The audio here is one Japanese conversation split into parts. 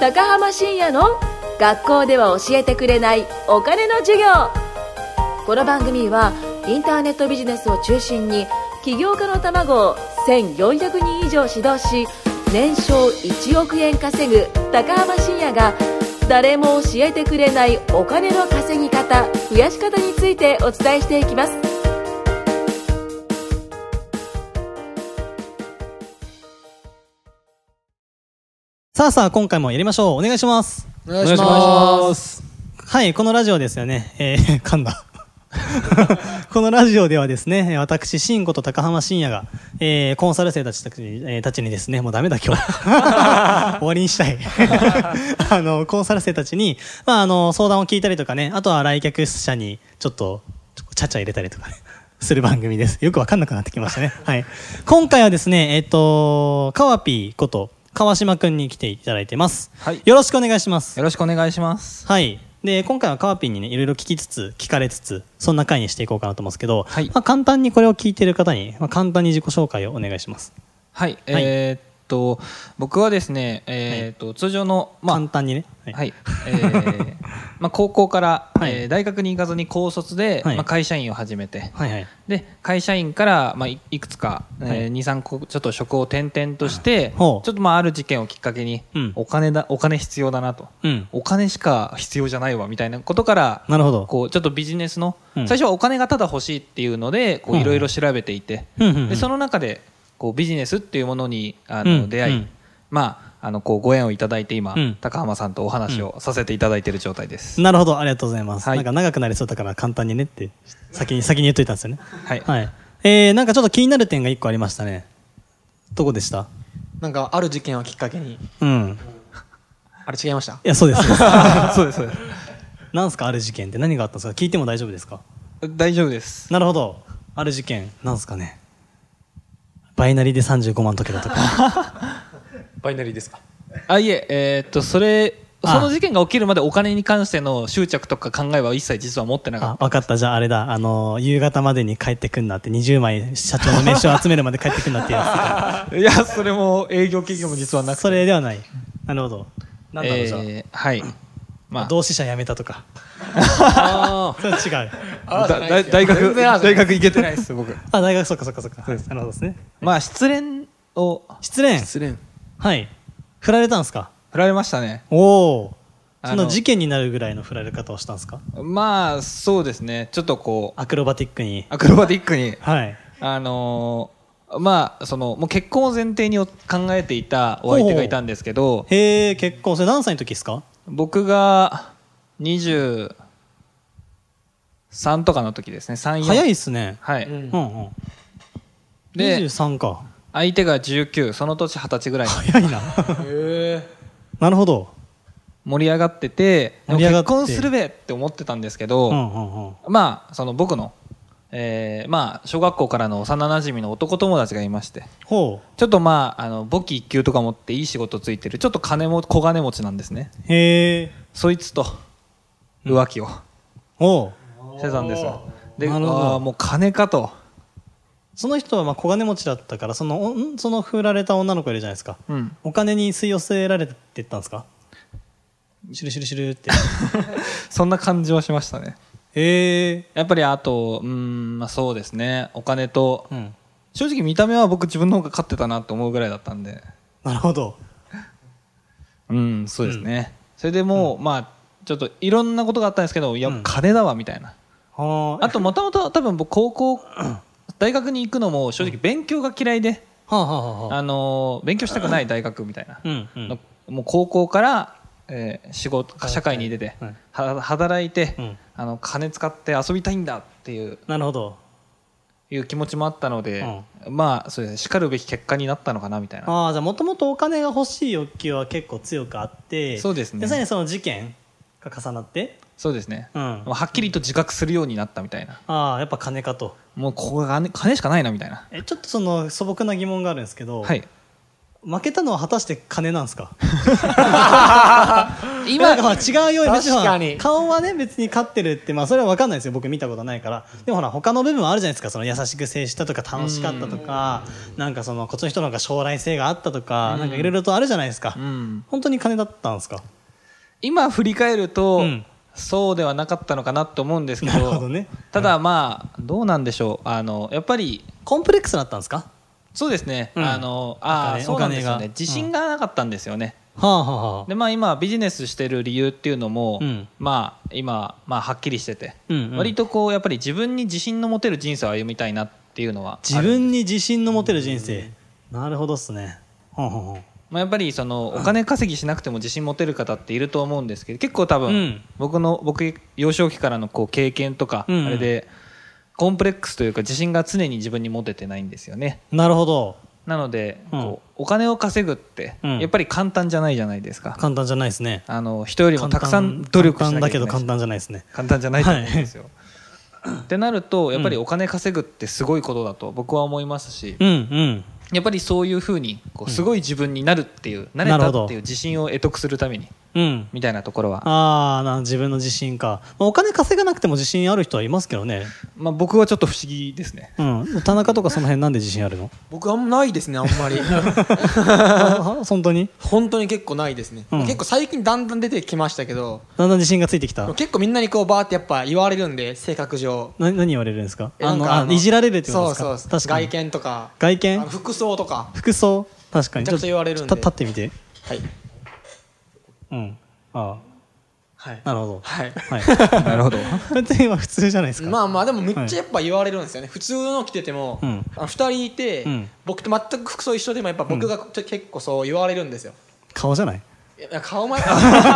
高浜深也の学校では教えてくれないお金の授業。この番組はインターネットビジネスを中心に起業家の卵を1400人以上指導し、年商1億円稼ぐ高浜深也が誰も教えてくれないお金の稼ぎ方、増やし方についてお伝えしていきます。 さあ今回もやりましょう。お願いします。 お願いします。 はい、このラジオですよね。噛んだ。このラジオではですね、私、慎吾と高浜深也が、コンサル生たちにですね、もうダメだ今日。終わりにしたい。コンサル生たちに、相談を聞いたりとかね、あとは来客者にちょっとちゃちゃ入れたりとかね、する番組です。よくわかんなくなってきましたね。はい。今回はですね、カワピーこと川島くんに来ていただいてます。 はい。 よろしくお願いします。 よろしくお願いします。 はい。で、今回はカワピーにね、いろいろ聞かれつつ、そんな回にしていこうかなと思うんですけど、はい。簡単にこれを聞いている方に、簡単に自己紹介をお願いします。 はい。僕はですね、通常の、 簡単にね。 はい。高校から、大学に行かずに高卒で、会社員を始めて、で、会社員から、いくつか、2、3個、ちょっと職を転々として、ちょっとある事件をきっかけに、お金必要だなと、お金しか必要じゃないわ、みたいなことから、 なるほど。 ちょっとビジネスの、最初はお金がただ欲しいっていうので、いろいろ調べていて、で、その中で、ビジネスっていうものに出会い、ご縁をいただいて今、高浜さんとお話をさせていただいている状態です。 なるほど、ありがとうございます。なんか長くなりそうだから簡単にねって先に言っといたんですよね。はい。なんかちょっと気になる点が1個ありましたね。どこでした？ なんかある事件をきっかけに。あれ違いました？ いや、そうです。 そうです。 なんすか、ある事件って何があったんですか？聞いても大丈夫ですか？ 大丈夫です。 なるほど。ある事件、なんすかね。バイナリーで35万解けたとか。 バイナリーですか？ いえ、その事件が起きるまでお金に関しての執着とか考えは一切実は持ってなかった。 分かった。じゃああれだ、夕方までに帰ってくんなって20枚社長の名刺を集めるまで帰ってくんなってやつ。いや、それも営業企業も実はなくて。 それではない。なるほど。なんだろう、じゃあ。 はい。 同志社辞めたとか。それは違う。 大学行けてないです、僕。 大学、そっか。なるほどですね。 失恋。 はい。振られたんですか？ 振られましたね。 おお。その事件になるぐらいの振られ方をしたんですか？ そうですね。ちょっとアクロバティックに。 はい。もう結婚を前提に考えていたお相手がいたんですけど。 へえ、結婚。それ何歳の時ですか？ 僕が23とかの時ですね。3、4。 早いっすね。 はい。 で、23か。 相手が19、その年20歳ぐらい。 早いな。なるほど。 盛り上がってて、結婚するべって思ってたんですけど、僕の、小学校からの幼馴染の男友達がいまして、ちょっと簿記1級とか持っていい仕事ついてる、ちょっと小金持ちなんですね。 へー。 そいつと浮気をしてたんです。で、もう金かと。 その人は小金持ちだったから、その振られた女の子いるじゃないですか。お金に吸い寄せられてったんですか？シュルって。 そんな感じはしましたね。 へー。 やっぱりあと、そうですね。お金と、正直見た目は僕自分の方が勝ってたなと思うぐらいだったんで。 なるほど。 そうですね。それでもう、ちょっといろんなことがあったんですけど、いや、金だわ、みたいな。あと、もともと多分僕大学に行くのも正直勉強が嫌いで、勉強したくない大学みたいな。もう高校から、社会に出て、働いて、金使って遊びたいんだっていう。 なるほど。 いう気持ちもあったので、そうですね、叱るべき結果になったのかなみたいな。 じゃあもともとお金が欲しい欲求は結構強くあって、 そうですね。 さらにその事件が重なって、 そうですね。はっきりと自覚するようになったみたいな。 やっぱ金かと。 もうここが金しかないなみたいな。 ちょっとその素朴な疑問があるんですけど、 負けたのは果たして金なんですか今なんか違うように別確かに顔はね別に勝ってるって、それは分かんないですよ、僕見たことないから。でもほら他の部分はあるじゃないですか、その優しく接したとか楽しかったとか、なんかそのこっちの人の方が将来性があったとか、なんかいろいろとあるじゃないですか。本当に金だったんですか？ 今振り返ると、そうではなかったのかなと思うんですけど、 なるほどね。 ただどうなんでしょう、やっぱりコンプレックスだったんですか？ そうですね、そうなんですよね、自信がなかったんですよね。で今ビジネスしてる理由っていうのも、今はっきりしてて、割とこうやっぱり自分に自信の持てる人生を歩みたいなっていうのは自分に自信の持てる人生、なるほどっすね。 やっぱりそのお金稼ぎしなくても自信持てる方っていると思うんですけど、結構多分僕幼少期からのこう経験とかあれでコンプレックスというか自信が常に自分に持ててないんですよね。 なるほど。 なのでこうお金を稼ぐってやっぱり簡単じゃないじゃないですか。 簡単じゃないですね。 人よりもたくさん努力しなきゃいけないし、 簡単だけど簡単じゃないですね。 簡単じゃないと思うんですよ。ってなるとやっぱりお金稼ぐってすごいことだと僕は思いますし、やっぱりそういうふうにこうすごい自分になるっていう、なれたっていう自信を得得するために、みたいなところは自分の自信か。お金稼がなくても自信ある人はいますけどね。 僕はちょっと不思議ですね。 田中とかその辺なんで自信あるの？ 僕あんまないですね、あんまり本当に結構ないですね、結構最近だんだん出てきましたけど、 だんだん自信がついてきた。 結構みんなにこうバーってやっぱ言われるんで、性格上。 何言われるんですか？いじられるってことですか？ そう確かに外見とか外見、 服装とか。 服装確かにめちゃくちゃ言われるんで。 立ってみて。 はい。 はい、なるほど。 はい。 なるほど。 別に今普通じゃないですか。 でもめっちゃやっぱ言われるんですよね。普通の着てても、2人いて、僕と全く服装一緒でもやっぱ僕が結構そう言われるんですよ。 顔じゃない？ いや顔前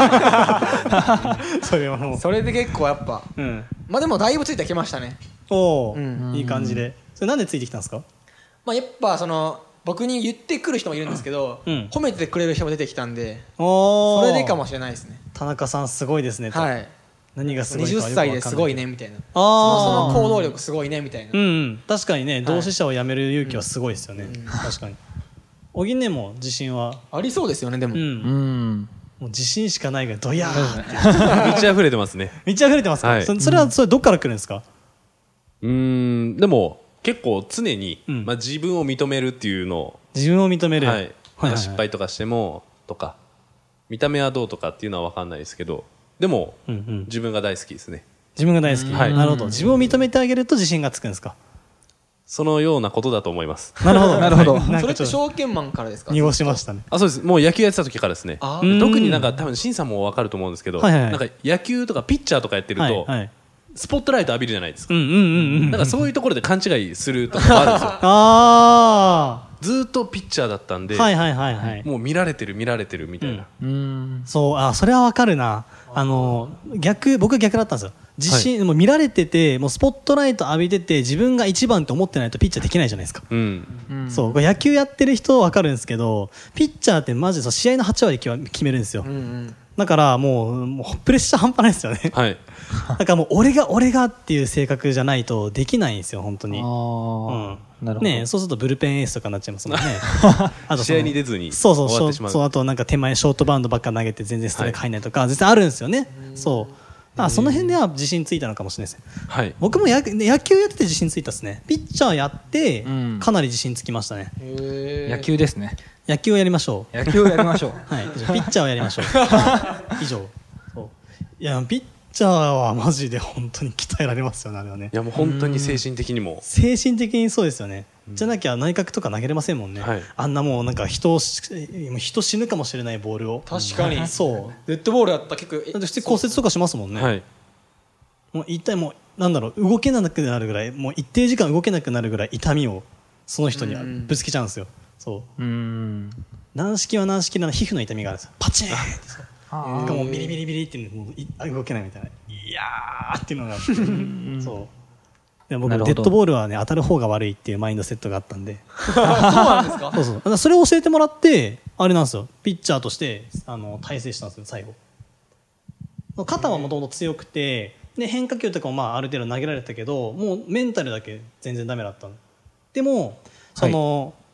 それはもう。 それで結構やっぱ。でもだいぶついてきましたね。 おお、いい感じで。それなんでついてきたんですか？ やっぱその僕に言ってくる人もいるんですけど、褒めてくれる人も出てきたんで、それでかもしれないですね。 田中さんすごいですねと。 はい。 何がすごいかよく 20 分かんない。 歳ですごいねみたいな。その行動力すごいねみたいな。 確かにね、同志社を辞める勇気はすごいですよね。確かに。おぎねも自信はありそうですよね。でももう自信しかないからドヤー満ち溢れてますね。 満ち溢れてますか？それはどっから来るんですか？ でも結構常に自分を認めるっていうのを、 自分を認める、 失敗とかしてもとか見た目はどうとかっていうのは分かんないですけど、でも自分が大好きですね。 自分が大好き。なるほど。自分を認めてあげると自信がつくんですか？ そのようなことだと思います。 なるほどなるほど。 それって証券マンからですか？ 濁しましたね。 そうです。もう野球やってた時からですね。特になんか多分シンさんも分かると思うんですけど、なんか野球とかピッチャーとかやってるとスポットライト浴びるじゃないですか。だからそういうところで勘違いするとかもあるんですよ。ずっとピッチャーだったんで、もう見られてるみたいな。 そう、それはわかるな。僕は逆だったんですよ。自信、もう見られてて、もうスポットライト浴びてて自分が一番って思ってないとピッチャーできないじゃないですか。そう、野球やってる人はわかるんですけど、ピッチャーってマジで試合の8割決めるんですよ。だからもうプレッシャー半端ないですよね。だからもう俺がっていう性格じゃないとできないんですよ本当に。ね、そうするとブルペンエースとかになっちゃいますもんね。あと試合に出ずに終わってしまう。そう、あとなんか手前ショートバウンドばっか投げて全然ストライク入んないとか絶対あるんですよね。そう。その辺では自信ついたのかもしれないですね。僕も野球やってて自信ついたですね。ピッチャーやってかなり自信つきましたね。 野球ですね。 野球をやりましょう。 野球をやりましょう。 はい。ピッチャーをやりましょう。以上。いやピッチャーはマジで本当に鍛えられますよねあれはね。 いやもう本当に精神的にも。 精神的にそうですよね。じゃなきゃ内角とか投げれませんもんね。あんなもうなんか人死ぬかもしれないボールを。 確かに。 そう。 デッドボールやったら結構。 だって普通骨折とかしますもんね。もう一体もうなんだろう動けなくなるぐらいもう一定時間動けなくなるぐらい痛みをその人にぶつけちゃうんですよ。そう。軟式は軟式な皮膚の痛みがあるんですよ。パチーンって。もうビリビリビリってもう動けないみたいな。いやーっていうのがあって。そう。で僕デッドボールはね当たる方が悪いっていうマインドセットがあったんで。 そうなんですか？ そうそれを教えてもらってあれなんですよ。ピッチャーとして大成したんですよ最後。肩はもともと強くてで変化球とかもある程度投げられたけどもうメンタルだけ全然ダメだったの。でも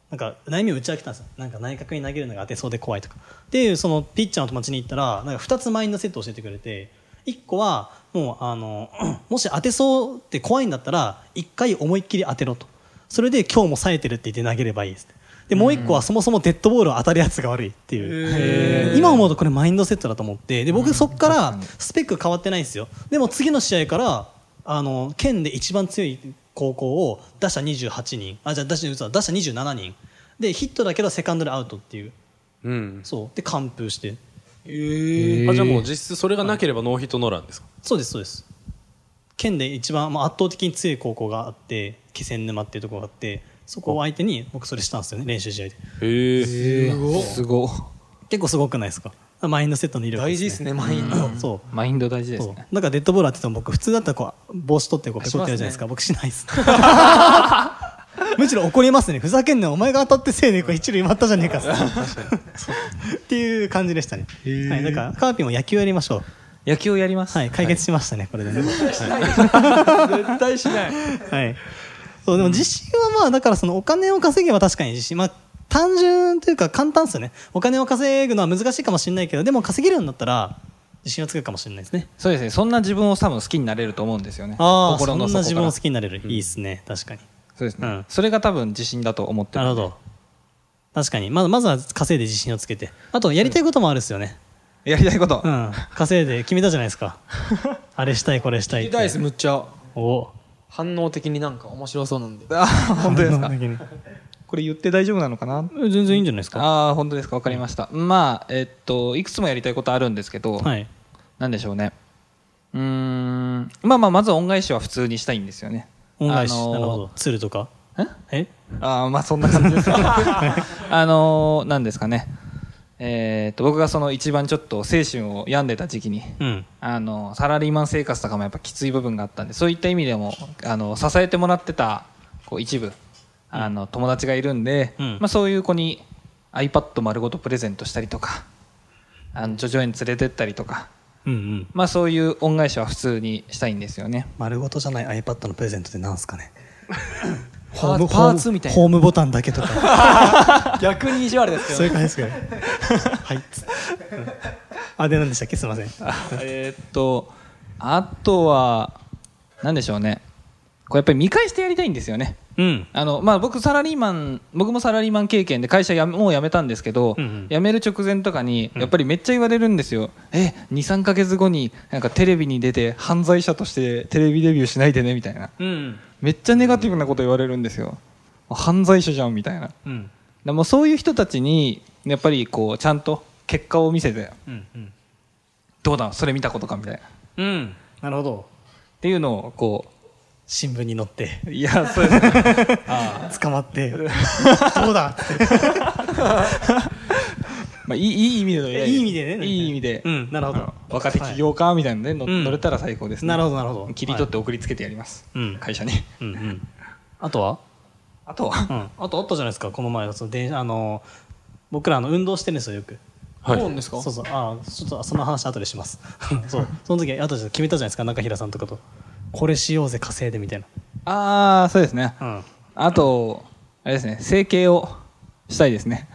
なんか悩みを打ち明けたんですよ。なんか内角に投げるのが当てそうで怖いとかっていう、そのピッチャーの友達に言ったらなんか2つマインドセットを教えてくれて、1個はもうもし当てそうって怖いんだったら1回思いっきり当てろと、それで今日も冴えてるって言って投げればいいです。でもう1個はそもそもデッドボールを当たるやつが悪いっていう、今思うとこれマインドセットだと思って、で僕そこからスペック変わってないんですよ。でも次の試合から県で一番強い高校を打者28人じゃあ打者27人でヒットだけどセカンドでアウトっていう、そうで完封して、 じゃあもう実質それがなければノーヒットノーランですか？ そうですそうです。県で一番、圧倒的に強い高校があって気仙沼っていうところがあって、そこを相手に僕それしたんですよね、練習試合で。 すごい。 結構すごくないですか？マインドセットの威力大事ですね、マインド。 そうマインド大事ですね。 だからデッドボール当てても僕普通だったらこう帽子取ってこうペコってやるじゃないですか。僕しないです。むしろ怒りますね。ふざけんなお前が当たってせいで一塁埋まったじゃねえかっていう感じでしたね。はい、だからカーピンも野球やりましょう。 野球をやります。 はい、解決しましたね、これでね。 絶対しない。 はい。そうでも自信はだからそのお金を稼げば確かに自信、単純というか簡単ですよね。お金を稼ぐのは難しいかもしれないけど、でも稼げるようになったら自信はつくかもしれないですね。 そうですね。そんな自分を多分好きになれると思うんですよね。 心の底からそんな自分を好きになれる、いいですね。確かに。 そうですね。それが多分自信だと思ってる。 なるほど。確かにまずは稼いで自信をつけて、あとやりたいこともあるですよね。 やりたいこと。 稼いで決めたじゃないですか。あれしたいこれしたいって。 聞きたいです、むっちゃ。 お。 反応的になんか面白そうなんで。 本当ですか？これ言って大丈夫なのかな？ 全然いいんじゃないですか。 本当ですか？わかりました。いくつもやりたいことあるんですけど、なんでしょうね。まず恩返しは普通にしたいんですよね。 恩返し、なるほど。鶴とか？ そんな感じです。なんですかね。僕がその一番ちょっと精神を病んでた時期に、サラリーマン生活とかもやっぱきつい部分があったんで、そういった意味でも支えてもらってた一部友達がいるんで、そういう子に iPad 丸ごとプレゼントしたりとか、叙々苑連れてったりとか、そういう恩返しは普通にしたいんですよね。 丸ごとじゃない iPad のプレゼントってなんですかね？ パーツみたいなホームボタンだけとか。 逆に意地悪ですけど。 そういう感じですけど。はい。で何でしたっけ？すみません。 あとは何でしょうね。これやっぱり見返してやりたいんですよね。僕もサラリーマン経験で会社もう辞めたんですけど、辞める直前とかにやっぱりめっちゃ言われるんですよ。2,3 ヶ月後になんかテレビに出て犯罪者としてテレビデビューしないでねみたいな、めっちゃネガティブなこと言われるんですよ。犯罪者じゃんみたいな。でもそういう人たちにやっぱりこうちゃんと結果を見せて、どうだそれ見たことかみたいな、 なるほどっていうのをこう新聞に載って、 いやそうですね。 捕まってどうだいい意味でいい意味でね。 いい意味で、 なるほど。 若手起業家みたいなので乗れたら最高ですね。 なるほどなるほど。 切り取って送りつけてやります、会社に。 あとはあとあったじゃないですか、この前僕ら運動してるんですよ、よく。 そうですか？ そうちょっとその話後でします。その時後で決めたじゃないですか、中平さんとかと。これしようぜ稼いでみたいな。そうですね。あとあれですね、整形をしたいですね。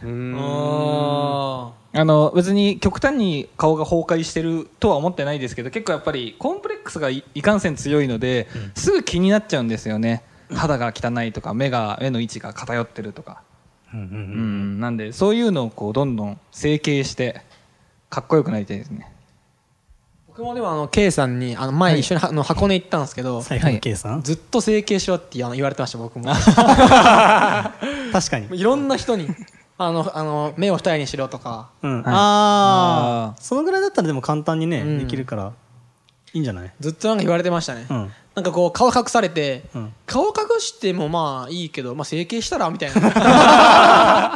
別に極端に顔が崩壊してるとは思ってないですけど、結構やっぱりコンプレックスがいかんせん強いので、すぐ気になっちゃうんですよね。肌が汚いとか目の位置が偏ってるとか、なんでそういうのをこうどんどん整形してかっこよくなりたいですね。 僕もでもK さんに前一緒に箱根行ったんですけど、 K さんずっと整形しろって言われてました、僕も。 確かにいろんな人に目を二重にしろとか。 そのぐらいだったらでも簡単にね、できるからいいんじゃない？ ずっとなんか言われてましたね。なんかこう顔隠されて、顔隠してもまあいいけど、整形したらみたいな。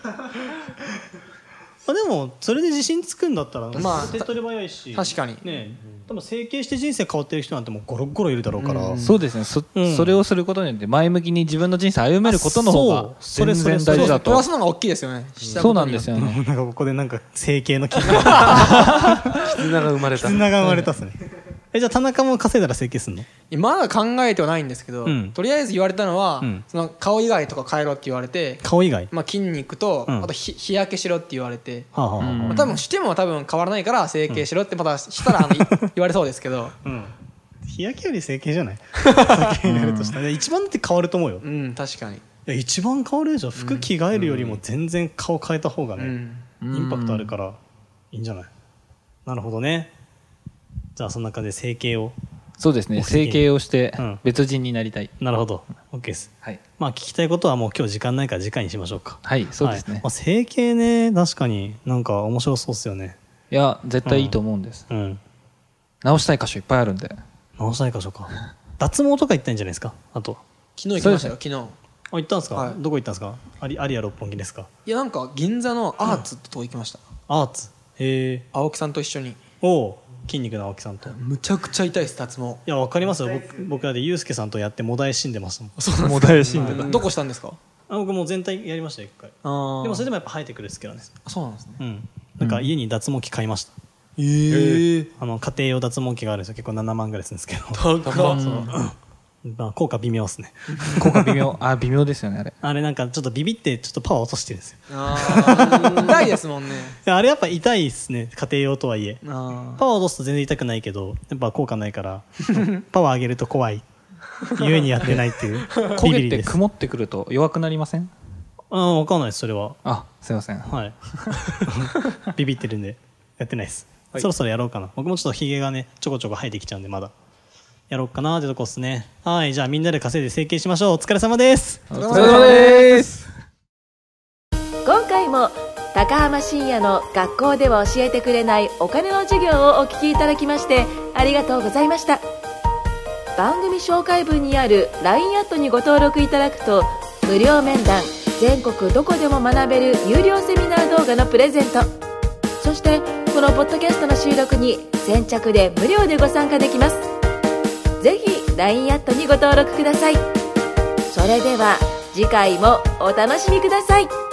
でもそれで自信つくんだったら手っ取り早いし、 確かにね、多分整形して人生変わってる人なんてもうゴロゴロいるだろうから、 そうですね。それをすることによって前向きに自分の人生歩めることの方が全然大事だと。 プラスの方が大きいですよね。 そうなんですよね。 なんかここでなんか整形の絆が生まれた。 絆が生まれたっすね。じゃあ田中も稼いだら整形すんの？ まだ考えてはないんですけど、とりあえず言われたのは、その顔以外とか変えろって言われて、 顔以外、 筋肉と、あと日焼けしろって言われて、多分しても変わらないから整形しろってまたしたら言われそうですけど、 日焼けより整形じゃない整形になるとしたら一番だって変わると思うよ。 確かに。 いや一番変わるでしょ。服着替えるよりも全然顔変えた方がね、インパクトあるからいいんじゃない。なるほどね。じゃあその中で整形を。 そうですね、整形をして別人になりたい。 なるほど、 OK です。まあ聞きたいことはもう今日時間ないから次回にしましょうか。 はい、そうですね。 整形ね、確かになんか面白そうですよね。 いや絶対いいと思うんです。直したい箇所いっぱいあるんで。 直したい箇所か。脱毛とか行ったんじゃないですか。あと昨日行きましたよ。昨日行ったんですか。どこ行ったんですか。有谷六本木ですか。 いやなんか銀座のアーツってとこ行きました。 アーツ。へえ。 青木さんと一緒に。 筋肉の青木さんと。 むちゃくちゃ痛いです脱毛。 いやわかりますよ。僕らでユうスケさんとやってもだえ死んでましたもん。 そうもだえ死んでた。 どこしたんですか。 僕もう全体やりましたよ1回。でもそれでもやっぱ生えてくるですけどね。 そうなんですね。 なんか家に脱毛器買いました。家庭用脱毛器があるんですよ。結構7万ぐらいするんですけど。効果微妙ですね。 効果微妙。微妙ですよね、あれ。 あれなんかちょっとビビってちょっとパワー落としてるんですよ。 痛いですもんね。 あれやっぱ痛いですね、家庭用とはいえ。パワー落とすと全然痛くないけど、やっぱ効果ないから、パワー上げると怖い。故にやってないっていう。 焦げて曇ってくると弱くなりません？ わかんないです、それは。 すいません。 はい。ビビってるんで、やってないです。そろそろやろうかな。僕もちょっとヒゲがね、ちょこちょこ生えてきちゃうんで、まだ。やろうかなってとこですね。はい、じゃあみんなで稼いで整形しましょう。お疲れ様です。 お疲れ様です。 今回も高浜深也の学校では教えてくれないお金の授業をお聞きいただきましてありがとうございました。番組紹介文にある LINE アットにご登録いただくと無料面談、全国どこでも学べる有料セミナー動画のプレゼント、そしてこのポッドキャストの収録に先着で無料でご参加できます。ぜひ LINE アットにご登録ください。それでは次回もお楽しみください。